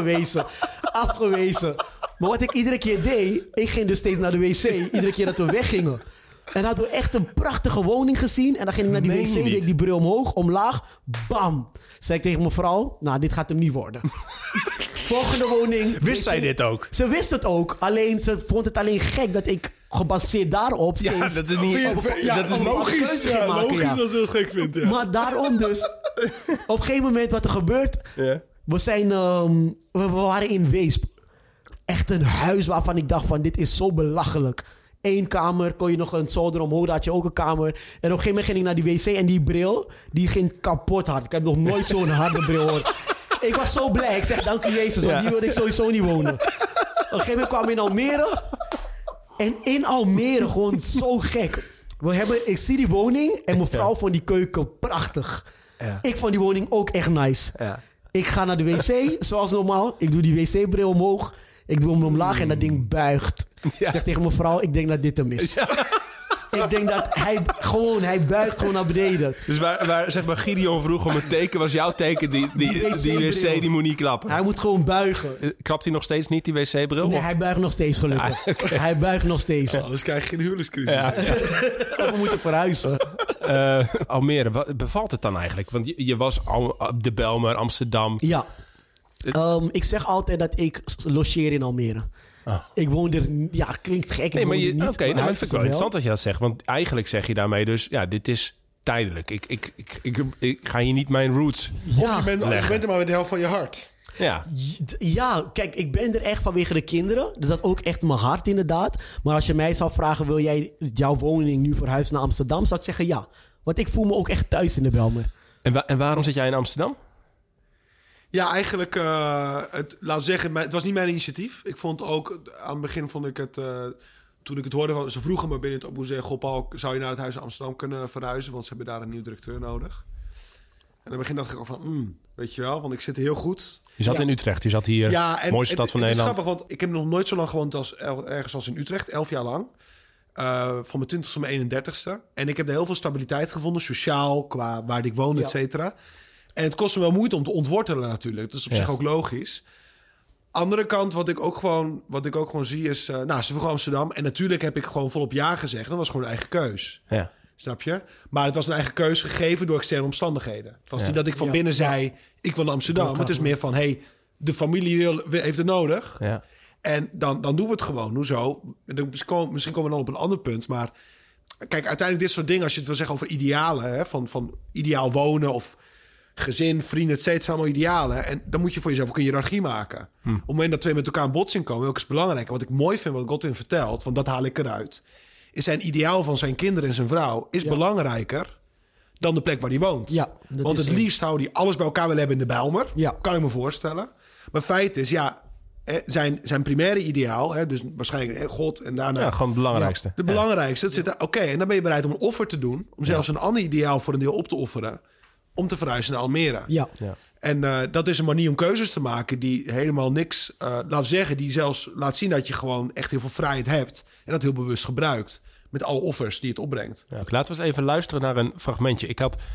afgewezen. Maar wat ik iedere keer deed, ik ging dus steeds naar de wc. Iedere keer dat we weggingen. En dan hadden we echt een prachtige woning gezien. En dan ging ik naar die wc, deed ik die bril omhoog, omlaag. Bam! Zei ik tegen mijn vrouw, nou, dit gaat hem niet worden. Volgende woning. Wist zij dit ook? Ze wist het ook. Alleen, ze vond het alleen gek dat ik gebaseerd daarop steeds... Ja, dat is niet... dat is logisch. Logisch als ze het gek vindt, ja. Maar daarom dus... Op een gegeven moment wat er gebeurt... Ja. We waren in Weesp. Echt een huis waarvan ik dacht van, dit is zo belachelijk. 1 kamer, kon je nog een zolder omhoog, had je ook een kamer. En op een gegeven moment ging ik naar die wc en die bril, die ging kapot hard. Ik heb nog nooit zo'n harde bril gehoord. Ik was zo blij. Ik zeg, dank u Jezus, want hier wilde ik sowieso niet wonen. Op een gegeven moment kwam ik in Almere. En in Almere, gewoon zo gek. Ik zie die woning en mijn vrouw vond die keuken prachtig. Ja. Ik vond die woning ook echt nice. Ja. Ik ga naar de wc, zoals normaal. Ik doe die wc-bril omhoog. Ik doe hem omlaag en dat ding buigt. Ja. Ik zeg tegen mijn vrouw, ik denk dat dit hem is. Ja. Ik denk dat hij buigt gewoon naar beneden. Dus waar zeg maar Gideon vroeg om een teken, was jouw teken, die wc die moet niet klappen. Hij moet gewoon buigen. Klapt hij nog steeds niet, die wc-bril? Nee, hij buigt nog steeds gelukkig. Ja, okay. Hij buigt nog steeds. Anders krijg je geen huwelijkscrisis. Ja. We moeten verhuizen. Almere, bevalt het dan eigenlijk? Want je was de Bijlmer, Amsterdam. Ja. Ik zeg altijd dat ik logeer in Almere. Oh. Ik woon er... Ja, klinkt gek. Nee, maar maar het is wel interessant dat je dat zegt. Want eigenlijk zeg je daarmee dus... Ja, dit is tijdelijk. Ik ga hier niet mijn roots je bent er maar met de helft van je hart. Ja, kijk, ik ben er echt vanwege de kinderen. Dus dat is ook echt mijn hart inderdaad. Maar als je mij zou vragen... Wil jij jouw woning nu verhuizen naar Amsterdam? Zou ik zeggen ja. Want ik voel me ook echt thuis in de Bijlmer. En waarom zit jij in Amsterdam? Ja, eigenlijk, laten we zeggen, het was niet mijn initiatief. Ik vond ook, aan het begin vond ik het, toen ik het hoorde van, ze vroegen me binnen het opboezé, goh Paul, zou je naar het Huis in Amsterdam kunnen verhuizen? Want ze hebben daar een nieuwe directeur nodig. En aan het begin dacht ik al van, weet je wel, want ik zit heel goed. Je zat in Utrecht, je zat hier, mooiste stad van Nederland. Het is grappig, want ik heb nog nooit zo lang gewoond ergens als in Utrecht, 11 jaar lang. Van mijn 20ste tot mijn 31ste. En ik heb er heel veel stabiliteit gevonden, sociaal, qua waar ik woon, et cetera. En het kost me wel moeite om te ontwortelen natuurlijk. Dat is op zich ook logisch. Andere kant, wat ik ook gewoon zie is... ze vroegen Amsterdam. En natuurlijk heb ik gewoon volop ja gezegd. Dat was gewoon een eigen keus. Ja. Snap je? Maar het was een eigen keus gegeven door externe omstandigheden. Het was niet dat ik van binnen zei... ik wil naar Amsterdam. Het is meer van... de familie heeft het nodig. Ja. En dan doen we het gewoon. Hoezo? Misschien komen we dan op een ander punt. Maar kijk, uiteindelijk dit soort dingen... als je het wil zeggen over idealen... van ideaal wonen of... gezin, vrienden, et cetera, allemaal idealen. En dan moet je voor jezelf ook een hiërarchie maken. Op het moment dat twee met elkaar in botsing komen, welke is belangrijk. Wat ik mooi vind, wat Godwin vertelt, want dat haal ik eruit, is zijn ideaal van zijn kinderen en zijn vrouw is belangrijker dan de plek waar hij woont. Ja, want het liefst zou hij alles bij elkaar willen hebben in de Bijlmer. Ja. Kan ik me voorstellen. Maar feit is, zijn primaire ideaal, dus waarschijnlijk God en daarna... Ja, gewoon het belangrijkste. De belangrijkste. Dat zit oké, en dan ben je bereid om een offer te doen, om zelfs een ander ideaal voor een deel op te offeren, om te verhuizen naar Almere. Ja. En dat is een manier om keuzes te maken die helemaal niks laat zeggen. Die zelfs laat zien dat je gewoon echt heel veel vrijheid hebt. En dat heel bewust gebruikt. Met alle offers die het opbrengt. Ja, laten we eens even luisteren naar een fragmentje. Ik had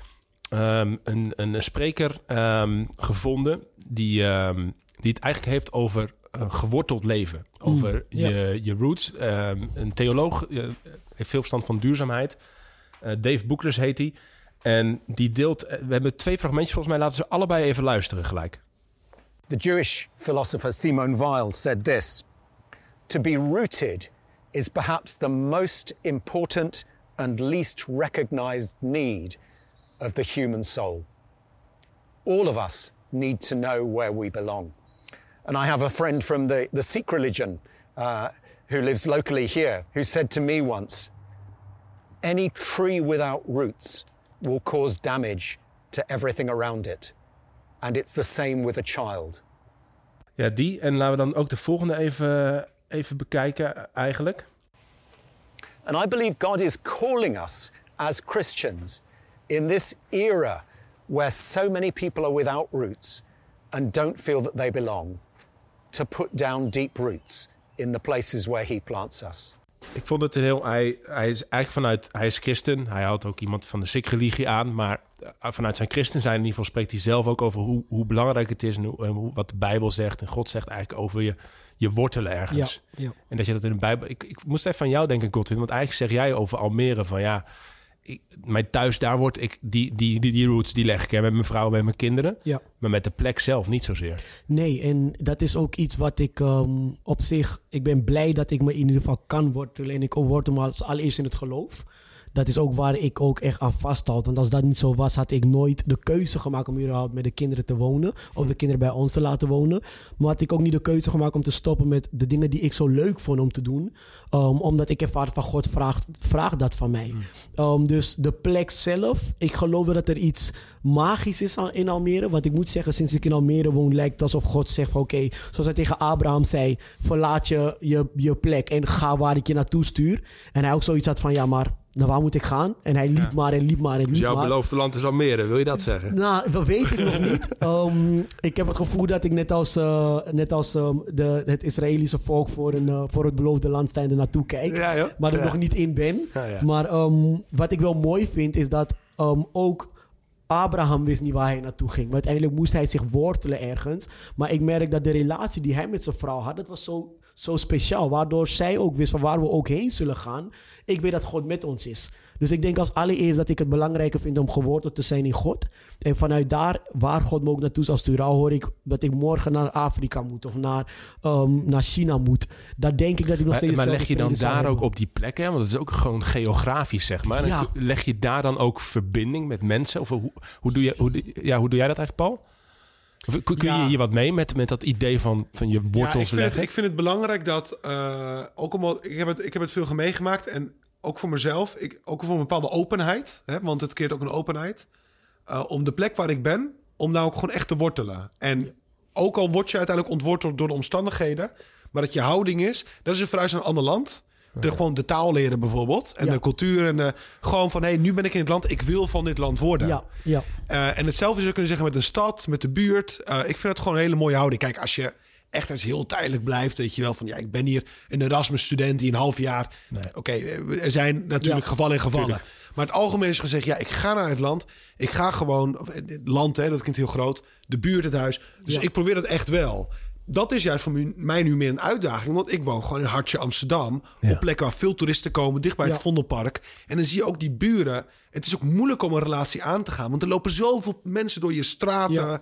een spreker gevonden die het eigenlijk heeft over geworteld leven. Over je roots. Een theoloog heeft veel verstand van duurzaamheid. Dave Boeklers heet hij. En die deelt... We hebben 2 fragmentjes volgens mij. Laten ze allebei even luisteren gelijk. The Jewish philosopher Simone Weil said this: "To be rooted is perhaps the most important and least recognized need of the human soul. All of us need to know where we belong." And I have a friend from the Sikh religion who lives locally here, who said to me once, "Any tree without roots will cause damage to everything around it. And it's the same with a child." Ja, die. En laten we dan ook de volgende even bekijken eigenlijk. And I believe God is calling us as Christians in this era where so many people are without roots and don't feel that they belong, to put down deep roots in the places where he plants us. Ik vond het hij is eigenlijk hij is christen. Hij houdt ook iemand van de Sikh-religie aan. Maar vanuit zijn christen zijn in ieder geval spreekt hij zelf ook over hoe belangrijk het is. En wat de Bijbel zegt. En God zegt eigenlijk over je wortelen ergens. Ja. En dat je dat in de Bijbel... Ik moest even van jou denken, Godwin. Want eigenlijk zeg jij over Almere van mijn thuis, daar word ik... Die roots, die leg ik met mijn vrouw, met mijn kinderen. Ja. Maar met de plek zelf niet zozeer. Nee, en dat is ook iets wat ik op zich... Ik ben blij dat ik me in ieder geval kan wortelen. En ik wortel me als allereerst in het geloof. Dat is ook waar ik ook echt aan vasthoud. Want als dat niet zo was, had ik nooit de keuze gemaakt om überhaupt met de kinderen te wonen. Of de kinderen bij ons te laten wonen. Maar had ik ook niet de keuze gemaakt om te stoppen met de dingen die ik zo leuk vond om te doen. Omdat ik ervaar van God vraagt dat van mij. Dus de plek zelf, ik geloof dat er iets magisch is in Almere. Want ik moet zeggen, sinds ik in Almere woon, lijkt het alsof God zegt van oké, zoals hij tegen Abraham zei, verlaat je plek en ga waar ik je naartoe stuur. En hij ook zoiets had van ja, maar naar waar moet ik gaan? En hij liep maar. Dus jouw beloofde land is Almere, wil je dat zeggen? Nou, dat weet ik nog niet. Ik heb het gevoel dat ik net als het Israëlische volk voor het beloofde land er naartoe kijk. Ja, maar er nog niet in ben. Ja. Maar wat ik wel mooi vind is dat ook Abraham wist niet waar hij naartoe ging. Maar uiteindelijk moest hij zich wortelen ergens. Maar ik merk dat de relatie die hij met zijn vrouw had, dat was zo speciaal. Waardoor zij ook wist van waar we ook heen zullen gaan. Ik weet dat God met ons is. Dus ik denk als allereerst dat ik het belangrijker vind om geworteld te zijn in God. En vanuit daar, waar God me ook naartoe zal sturen, al hoor ik dat ik morgen naar Afrika moet of naar China moet. Dan denk ik dat ik nog steeds... Maar leg je dan daar ook op die plek, hè? Want het is ook gewoon geografisch, zeg maar. Ja. Leg je daar dan ook verbinding met mensen? Of hoe doe jij dat eigenlijk, Paul? Of kun je hier wat mee met dat idee van je wortels leggen? Ik vind het belangrijk dat... ook omdat ik heb het veel meegemaakt. En ook voor mezelf. Ook voor een bepaalde openheid. Hè, want het creëert ook een openheid. Om de plek waar ik ben. Om daar ook gewoon echt te wortelen. En ook al word je uiteindelijk ontworteld door de omstandigheden. Maar dat je houding is. Dat is een verhuis naar een ander land. Gewoon de taal leren bijvoorbeeld. En de cultuur. En gewoon van, nu ben ik in het land. Ik wil van dit land worden. Ja. En hetzelfde zou je kunnen zeggen met een stad, met de buurt. Ik vind het gewoon een hele mooie houding. Kijk, als je echt eens heel tijdelijk blijft, weet je wel van ik ben hier een Erasmus-student die een half jaar. Nee. Oké, er zijn natuurlijk gevallen en gevallen. Tuurlijk. Maar het algemeen is gezegd, ik ga naar het land. Ik ga gewoon, het land, dat klinkt heel groot. De buurt, het huis. Dus ik probeer dat echt wel. Dat is juist voor mij nu meer een uitdaging. Want ik woon gewoon in hartje Amsterdam. Op plekken waar veel toeristen komen. Dicht bij het Vondelpark. En dan zie je ook die buren. Het is ook moeilijk om een relatie aan te gaan. Want er lopen zoveel mensen door je straten. Ja.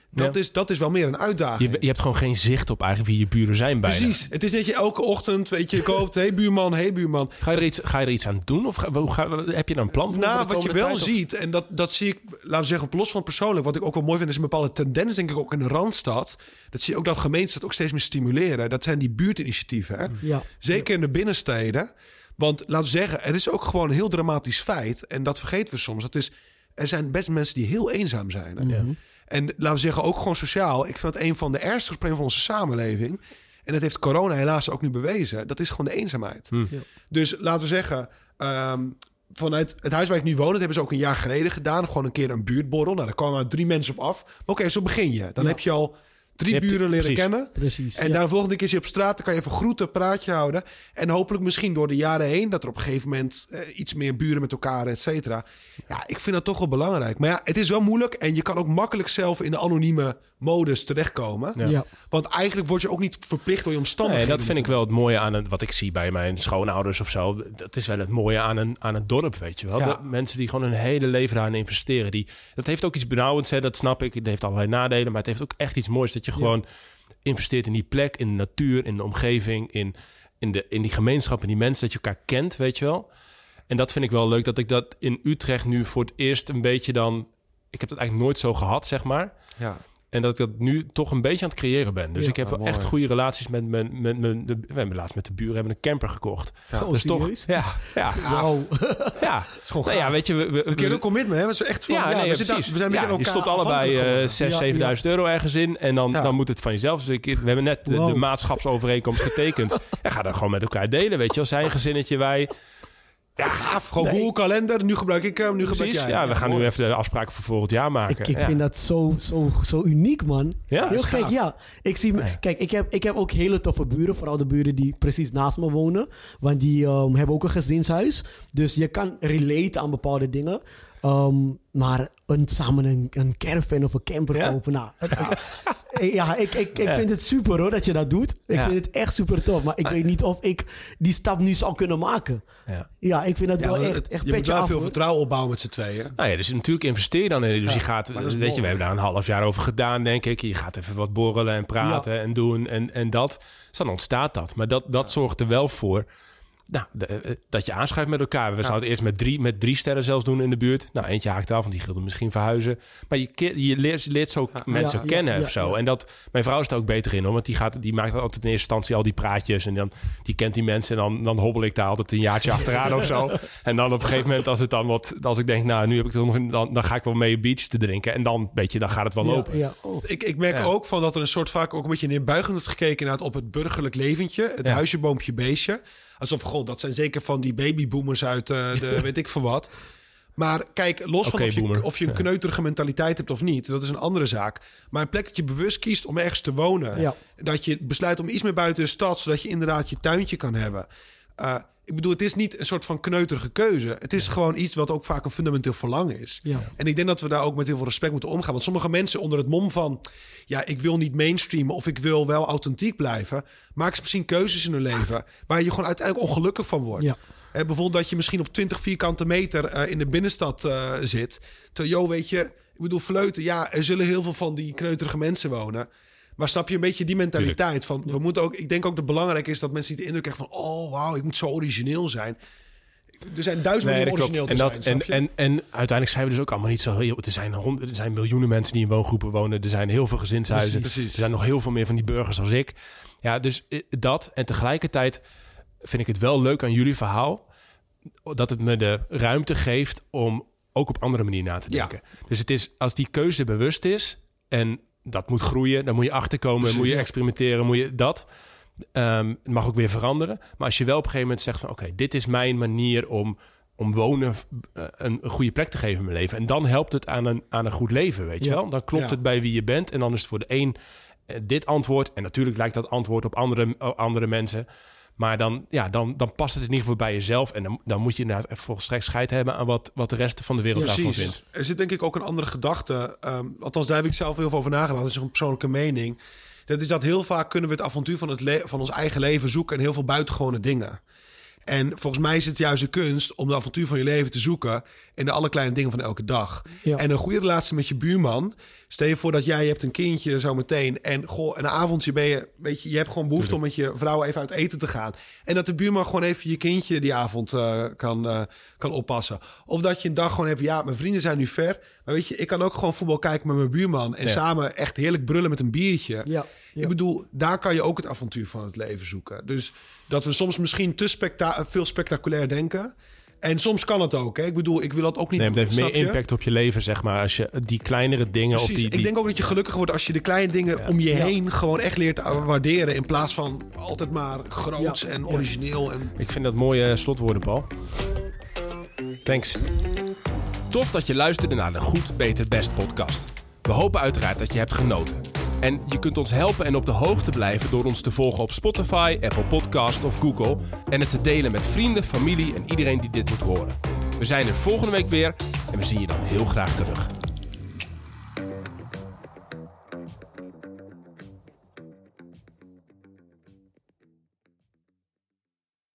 Dat is wel meer een uitdaging. Je hebt gewoon geen zicht op eigenlijk wie je buren zijn bijna. Precies. Het is dat je elke ochtend, je koopt... hey buurman. Ga je er iets aan doen? Of heb je dan een plan voor? Wat je wel ziet, en dat zie ik, laten we zeggen, los van persoonlijk... wat ik ook wel mooi vind, is een bepaalde tendens, denk ik, ook in de Randstad. Dat zie je ook dat gemeentes dat ook steeds meer stimuleren. Dat zijn die buurtinitiatieven. Hè? Ja. Zeker in de binnensteden. Want laten we zeggen, er is ook gewoon een heel dramatisch feit. En dat vergeten we soms. Er zijn best mensen die heel eenzaam zijn. Hè? Ja. En laten we zeggen, ook gewoon sociaal. Ik vind dat een van de ergste problemen van onze samenleving. En dat heeft corona helaas ook nu bewezen. Dat is gewoon de eenzaamheid. Ja. Dus laten we zeggen, vanuit het huis waar ik nu woon... dat hebben ze ook een jaar geleden gedaan. Gewoon een keer een buurtborrel. Nou, daar kwamen maar 3 mensen op af. Oké, zo begin je. Dan heb je al 3 buren leren kennen. Precies, en daar de volgende keer op straat... dan kan je even groeten, praatje houden. En hopelijk misschien door de jaren heen... dat er op een gegeven moment iets meer buren met elkaar, et cetera. Ja, ik vind dat toch wel belangrijk. Maar het is wel moeilijk. En je kan ook makkelijk zelf in de anonieme modus terechtkomen. Ja. Want eigenlijk word je ook niet verplicht door je omstandigheden. Nee, dat vind ik wel het mooie aan wat ik zie bij mijn schoonouders of zo. Dat is wel het mooie aan het dorp, weet je wel. Ja. Mensen die gewoon hun hele leven daarin investeren. Dat heeft ook iets benauwends, hè, dat snap ik. Het heeft allerlei nadelen, maar het heeft ook echt iets moois. Dat je gewoon investeert in die plek, in de natuur, in de omgeving, in die gemeenschap, in die mensen, dat je elkaar kent, weet je wel. En dat vind ik wel leuk, dat ik dat in Utrecht nu voor het eerst een beetje dan... Ik heb dat eigenlijk nooit zo gehad, zeg maar. Ja. En dat ik dat nu toch een beetje aan het creëren ben. Dus ik heb wel echt goede relaties met we hebben laatst met de buren hebben een camper gekocht. Ja. Dat is toch... Ja. Wow. Ja. Is gewoon gaaf. Weet je, een keer een commitment, hè? We zijn echt van... we zijn met elkaar. Je stopt allebei 6.000, 7.000 euro ergens in. En dan moet het van jezelf. Dus we hebben net de maatschapsovereenkomst getekend. En ga dan gewoon met elkaar delen, weet je wel. Zijn gezinnetje, wij... Ja, gaaf. Gewoon Google kalender. Nu gebruik ik hem, nu gebruik jij. Ja, we gaan nu even de afspraken voor volgend jaar maken. Ik vind dat zo uniek, man. Ja, heel gek, ja. Kijk, ik heb ook hele toffe buren. Vooral de buren die precies naast me wonen. Want die hebben ook een gezinshuis. Dus je kan relaten aan bepaalde dingen. Maar samen een caravan of een camper kopen. Nou, ik vind het super hoor dat je dat doet. Ik vind het echt super tof. Maar ik weet niet of ik die stap nu zou kunnen maken. Ja, ik vind dat wel echt petje af. Je moet wel veel vertrouwen opbouwen met z'n tweeën. Nou ja, dus natuurlijk investeer je dan in. Dus je gaat, weet je, we hebben daar een half jaar over gedaan, denk ik. Je gaat even wat borrelen en praten en doen en dat. Dus dan ontstaat dat. Maar dat zorgt er wel voor... Nou, dat je aanschuift met elkaar. We zouden eerst met drie sterren zelfs doen in de buurt. Nou, eentje haakt af, want die wilde misschien verhuizen. Maar je leert zo mensen kennen of zo. En mijn vrouw is er ook beter in, hoor. Want die maakt altijd in eerste instantie al die praatjes. En die kent die mensen. En dan hobbel ik daar altijd een jaartje achteraan of zo. En dan op een gegeven moment, als ik denk, nou, nu heb ik het nog, dan ga ik wel mee beach te drinken. En dan gaat het wel lopen. Ja. Oh. Ik merk ook van dat er een soort vaak ook een beetje neerbuigend wordt gekeken op het burgerlijk leventje. Het huisje, boompje, beestje. Alsof, god, dat zijn zeker van die babyboomers uit de weet ik veel wat. Maar kijk, los van of je een kneuterige mentaliteit hebt of niet, dat is een andere zaak. Maar een plek dat je bewust kiest om ergens te wonen. Dat je besluit om iets meer buiten de stad, zodat je inderdaad je tuintje kan hebben. Ik bedoel, het is niet een soort van kneuterige keuze. Het is gewoon iets wat ook vaak een fundamenteel verlangen is. Ja. En ik denk dat we daar ook met heel veel respect moeten omgaan. Want sommige mensen onder het mom van... ja, ik wil niet mainstreamen of ik wil wel authentiek blijven... maken ze misschien keuzes in hun leven... waar je gewoon uiteindelijk ongelukkig van wordt. Ja. Bijvoorbeeld dat je misschien op 20 vierkante meter in de binnenstad zit. Terwijl, weet je... Ik bedoel, Vleuten, ja, er zullen heel veel van die kneuterige mensen wonen... Maar snap je een beetje die mentaliteit van... we moeten ook, ik denk ook dat het belangrijk is dat mensen niet de indruk krijgen van... oh, wauw, ik moet zo origineel zijn. Er zijn duizenden manieren origineel te zijn. En uiteindelijk zijn we dus ook allemaal niet zo heel... Er zijn miljoenen mensen die in woongroepen wonen. Er zijn heel veel gezinshuizen. Precies. Er zijn nog heel veel meer van die burgers als ik. Ja, dus dat. En tegelijkertijd vind ik het wel leuk aan jullie verhaal... dat het me de ruimte geeft om ook op andere manier na te denken. Ja. Dus het is, als die keuze bewust is... en dat moet groeien, dan moet je achterkomen, moet je experimenteren, moet je dat. Het mag ook weer veranderen. Maar als je wel op een gegeven moment zegt van... oké, dit is mijn manier om wonen een goede plek te geven in mijn leven. En dan helpt het aan een goed leven, weet je wel. Dan klopt het bij wie je bent. En dan is het voor de een dit antwoord. En natuurlijk lijkt dat antwoord op andere mensen. Maar dan past het in ieder geval bij jezelf. En dan moet je inderdaad volstrekt scheid hebben... aan wat de rest van de wereld daarvan vindt. Er zit denk ik ook een andere gedachte. Althans, daar heb ik zelf heel veel over nagedacht. Dat is een persoonlijke mening. Dat is dat heel vaak kunnen we het avontuur van ons eigen leven zoeken... en heel veel buitengewone dingen. En volgens mij is het juist de kunst om de avontuur van je leven te zoeken... in de alle kleine dingen van elke dag. Ja. En een goede relatie met je buurman... Stel je voor dat jij hebt een kindje zo meteen... en een avondje ben je... weet je hebt gewoon behoefte om met je vrouw even uit eten te gaan. En dat de buurman gewoon even je kindje die avond kan oppassen. Of dat je een dag gewoon hebt... ja, mijn vrienden zijn nu ver... maar weet je, ik kan ook gewoon voetbal kijken met mijn buurman... en samen echt heerlijk brullen met een biertje. Ja. Ik bedoel, daar kan je ook het avontuur van het leven zoeken. Dus dat we soms misschien veel spectaculair denken... En soms kan het ook. Hè? Ik bedoel, ik wil dat ook niet... Nee, het heeft meer impact op je leven, zeg maar. Als je die kleinere dingen... Precies, ik denk ook dat je gelukkig wordt als je de kleine dingen om je heen... gewoon echt leert te waarderen. In plaats van altijd maar groots en origineel. En... Ik vind dat mooie slotwoorden, Paul. Thanks. Tof dat je luisterde naar de Goed, Beter, Best podcast. We hopen uiteraard dat je hebt genoten. En je kunt ons helpen en op de hoogte blijven door ons te volgen op Spotify, Apple Podcast of Google. En het te delen met vrienden, familie en iedereen die dit moet horen. We zijn er volgende week weer en we zien je dan heel graag terug.